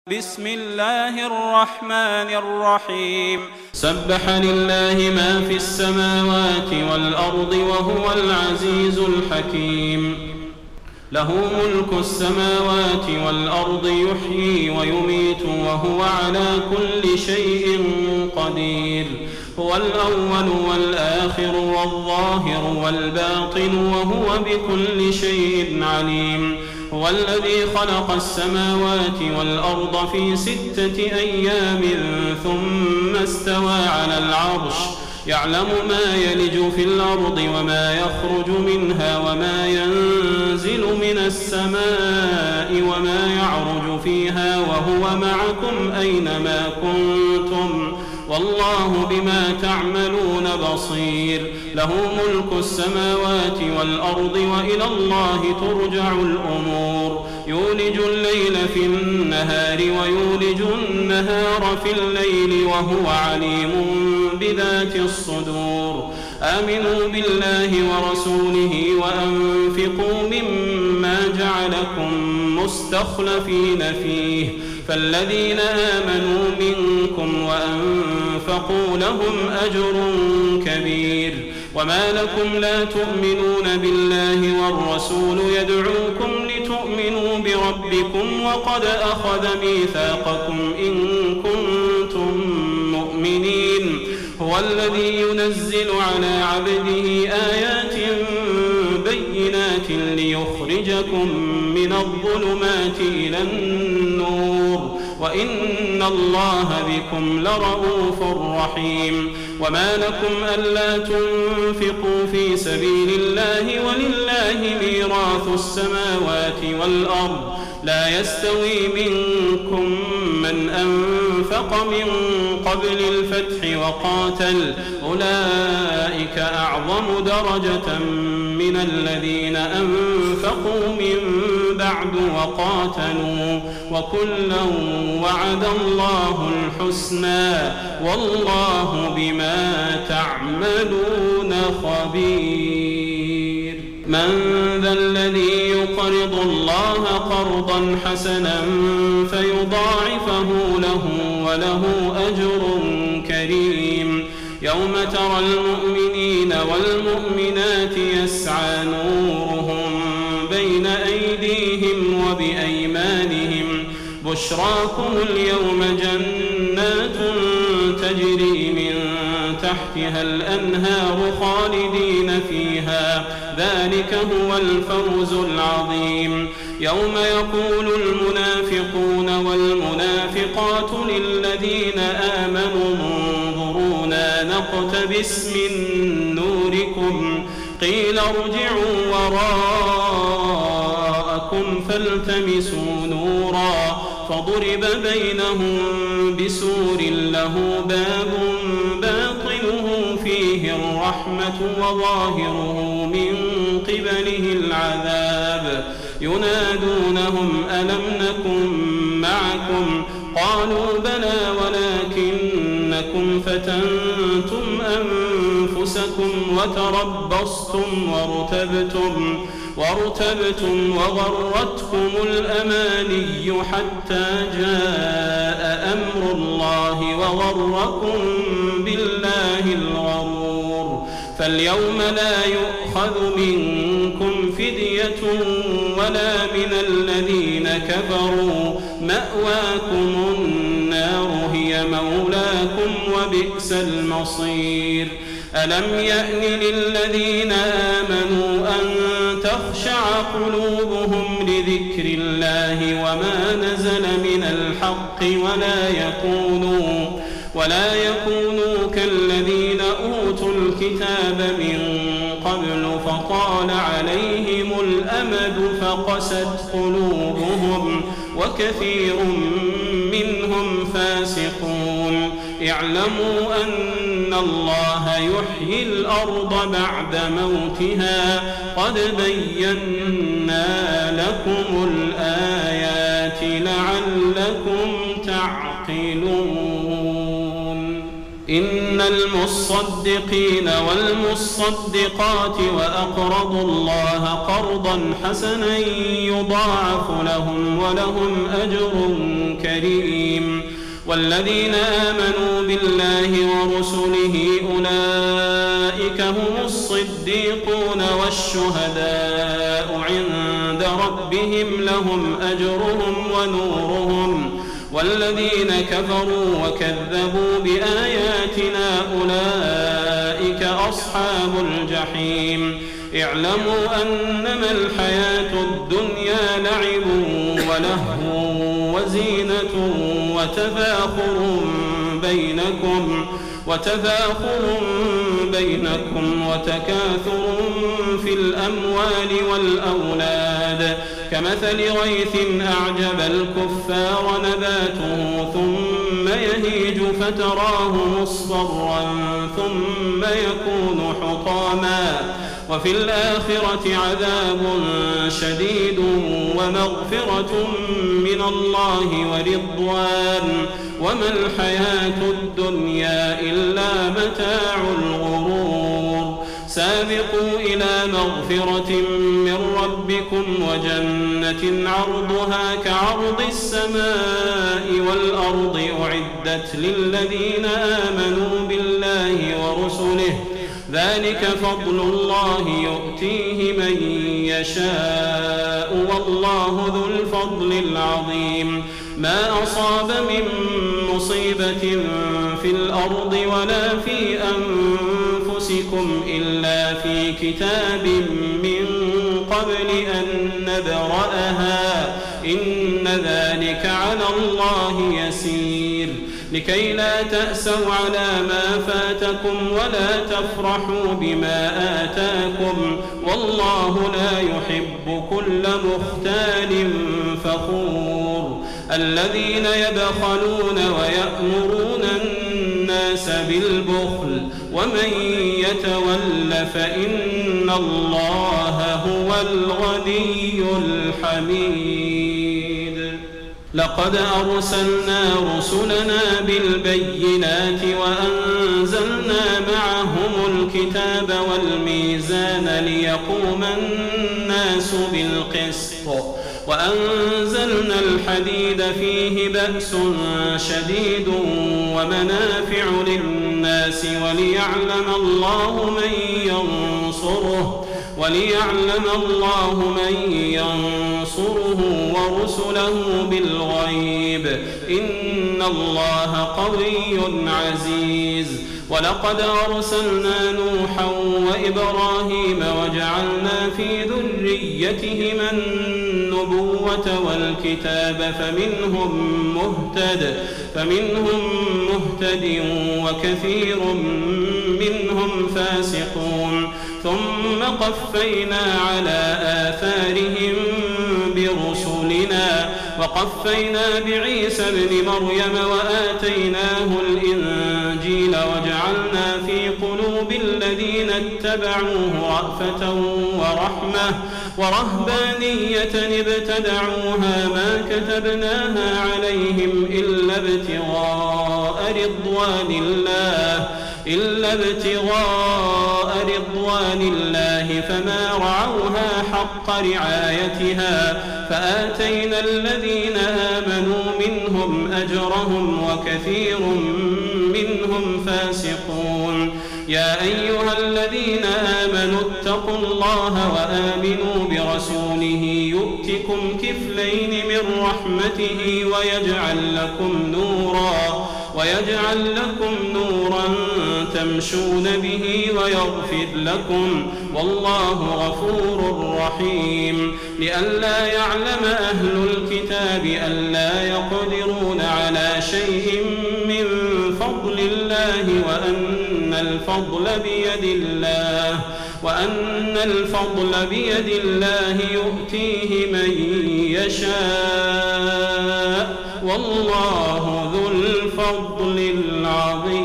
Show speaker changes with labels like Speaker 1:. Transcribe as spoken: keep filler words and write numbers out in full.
Speaker 1: بسم الله الرحمن الرحيم سبح لله ما في السماوات والأرض وهو العزيز الحكيم له ملك السماوات والأرض يحيي ويميت وهو على كل شيء قدير هو الأول والآخر والظاهر والباطن وهو بكل شيء عليم هو الذي خلق السماوات والأرض في ستة أيام ثم استوى على العرش يعلم ما يلج في الأرض وما يخرج منها وما ينزل من السماء وما يعرج فيها وهو معكم أينما كنتم والله بما تعملون بصير له ملك السماوات والأرض وإلى الله ترجع الأمور يولج الليل في النهار ويولج النهار في الليل وهو عليم بذات الصدور آمنوا بالله ورسوله وأنفقوا مما جعلكم مستخلفين فيه فالذين آمنوا منكم وأنفقوا لهم أجر كبير وما لكم لا تؤمنون بالله والرسول يدعوكم لتؤمنوا بربكم وقد أخذ ميثاقكم إن كنتم مؤمنين هو الذي ينزل على عبده آيات بينات ليخرجكم من الظلمات إلى النور وإن الله بكم لرؤوف رحيم وما لكم ألا تنفقوا في سبيل الله ولله ميراث السماوات والأرض لا يستوي منكم من أنفق من قبل الفتح وقاتل أولئك أعظم درجة من الذين أنفقوا من بعد وقاتلوا وكلا وعد الله الحسنى والله بما تعملون خبير من ذا الذي يقرض الله قرضا حسنا فيضاعفه له وله أجر كريم يوم ترى المؤمنين والمؤمنات يسعى نورهم بين أيديهم وبأيمانهم بشراكم اليوم جنات تجري من تحتها الأنهار خالدين فيها ذلك هو الفوز العظيم يوم يقول المنافقون والمنافقات للذين آمنوا انظرونا نقتبس من نوركم قيل ارجعوا وراءكم فالتمسوا نورا فضرب بينهم بسور له باب باطنه فيه الرحمة وظاهره من قبله العذاب ينادونهم ألم نكن معكم قالوا بلى ولكنكم فتنتم أنفسكم وتربصتم وارتبتم وارتبتم وغرتكم الأماني حتى جاء أمر الله وغركم بالله الغرور فاليوم لا يؤخذ منكم فدية ولا من الذين كفروا مأواكم النار هي مولاكم وبئس المصير ألم يأن للذين آمنوا أن تخشع قلوبهم لذكر الله وما نزل من الحق ولا يكونوا ولا يكونوا كالذين أوتوا الكتاب من قبل فطال عليهم الأمد فقست قلوبهم وكثير منهم فاسقون اعلموا أن الله يحيي الأرض بعد موتها قد بينا لكم الآيات لعلكم تعقلون إن المصدقين والمصدقات وأقرضوا الله قرضا حسنا يضاعف لهم ولهم أجر كريم. والذين آمنوا بالله ورسله أولئك هم الصديقون والشهداء عند ربهم لهم أجرهم ونورهم. والذين كفروا وكذبوا بآياتنا أولئك أصحاب الجحيم. اعلموا أنما الحياة الدنيا لعب ولهو وزينة وتفاخر بينكم وتفاخر بينكم وتكاثر في الأموال والأولاد كمثل غيث أعجب الكفار نباته ثم يهيج فتراه مصفرا ثم يكون حطاما وفي الآخرة عذاب شديد ومغفرة من الله ورضوان وما الحياة الدنيا إلا متاع الغرور. سابقوا إلى مغفرة من ربكم وجنة عرضها كعرض السماء والأرض أعدت للذين آمنوا بالله ورسله ذلك فضل الله يؤتيه من يشاء والله ذو الفضل العظيم. ما أصاب من مصيبة في الأرض ولا في أنفسكم إلا في كتاب من قبل أن نبرأها إن ذلك على الله يسير. لكي لا تأسوا على ما فاتكم ولا تفرحوا بما آتاكم والله لا يحب كل مختال فخور. الذين يبخلون ويأمرون الناس بالبخل ومن يتول فإن الله هو الغني الحميد. لقد أرسلنا رسلنا بالبينات وأنزلنا معهم الكتاب والميزان ليقوم الناس بالقسط وأنزلنا الحديد فيه بأس شديد ومنافع للناس وليعلم الله من ينصره وليعلم الله من ينصره ورسله بالغيب إن الله قوي عزيز. ولقد أرسلنا نوحا وإبراهيم وجعلنا في ذريتهما النبوة والكتاب فمنهم مهتد فمنهم مهتد وكثير منهم فاسقون. ثم قفينا على آثارهم برسلنا وقفينا بعيسى ابن مريم وآتيناه الإنجيل وجعلنا في قلوب الذين اتبعوه رأفة ورحمة ورهبانية ابتدعوها ما كتبناها عليهم إلا ابتغاء رضوان الله إلا ابتغاء رضوان الله فما رعوها حق رعايتها فآتينا الذين آمنوا منهم أجرهم وكثير منهم فاسقون. يا أيها الذين آمنوا اتقوا الله وآمنوا برسوله يؤتكم كفلين من رحمته ويجعل لكم نورا ويجعل لكم نورا تمشون به ويغفر لكم والله غفور رحيم. لئلا يعلم أهل الكتاب ألا يقدرون على شيء من فضل الله وأن الفضل بيد الله وأن الفضل بيد الله يؤتيه من يشاء والله ذو الفضل العظيم.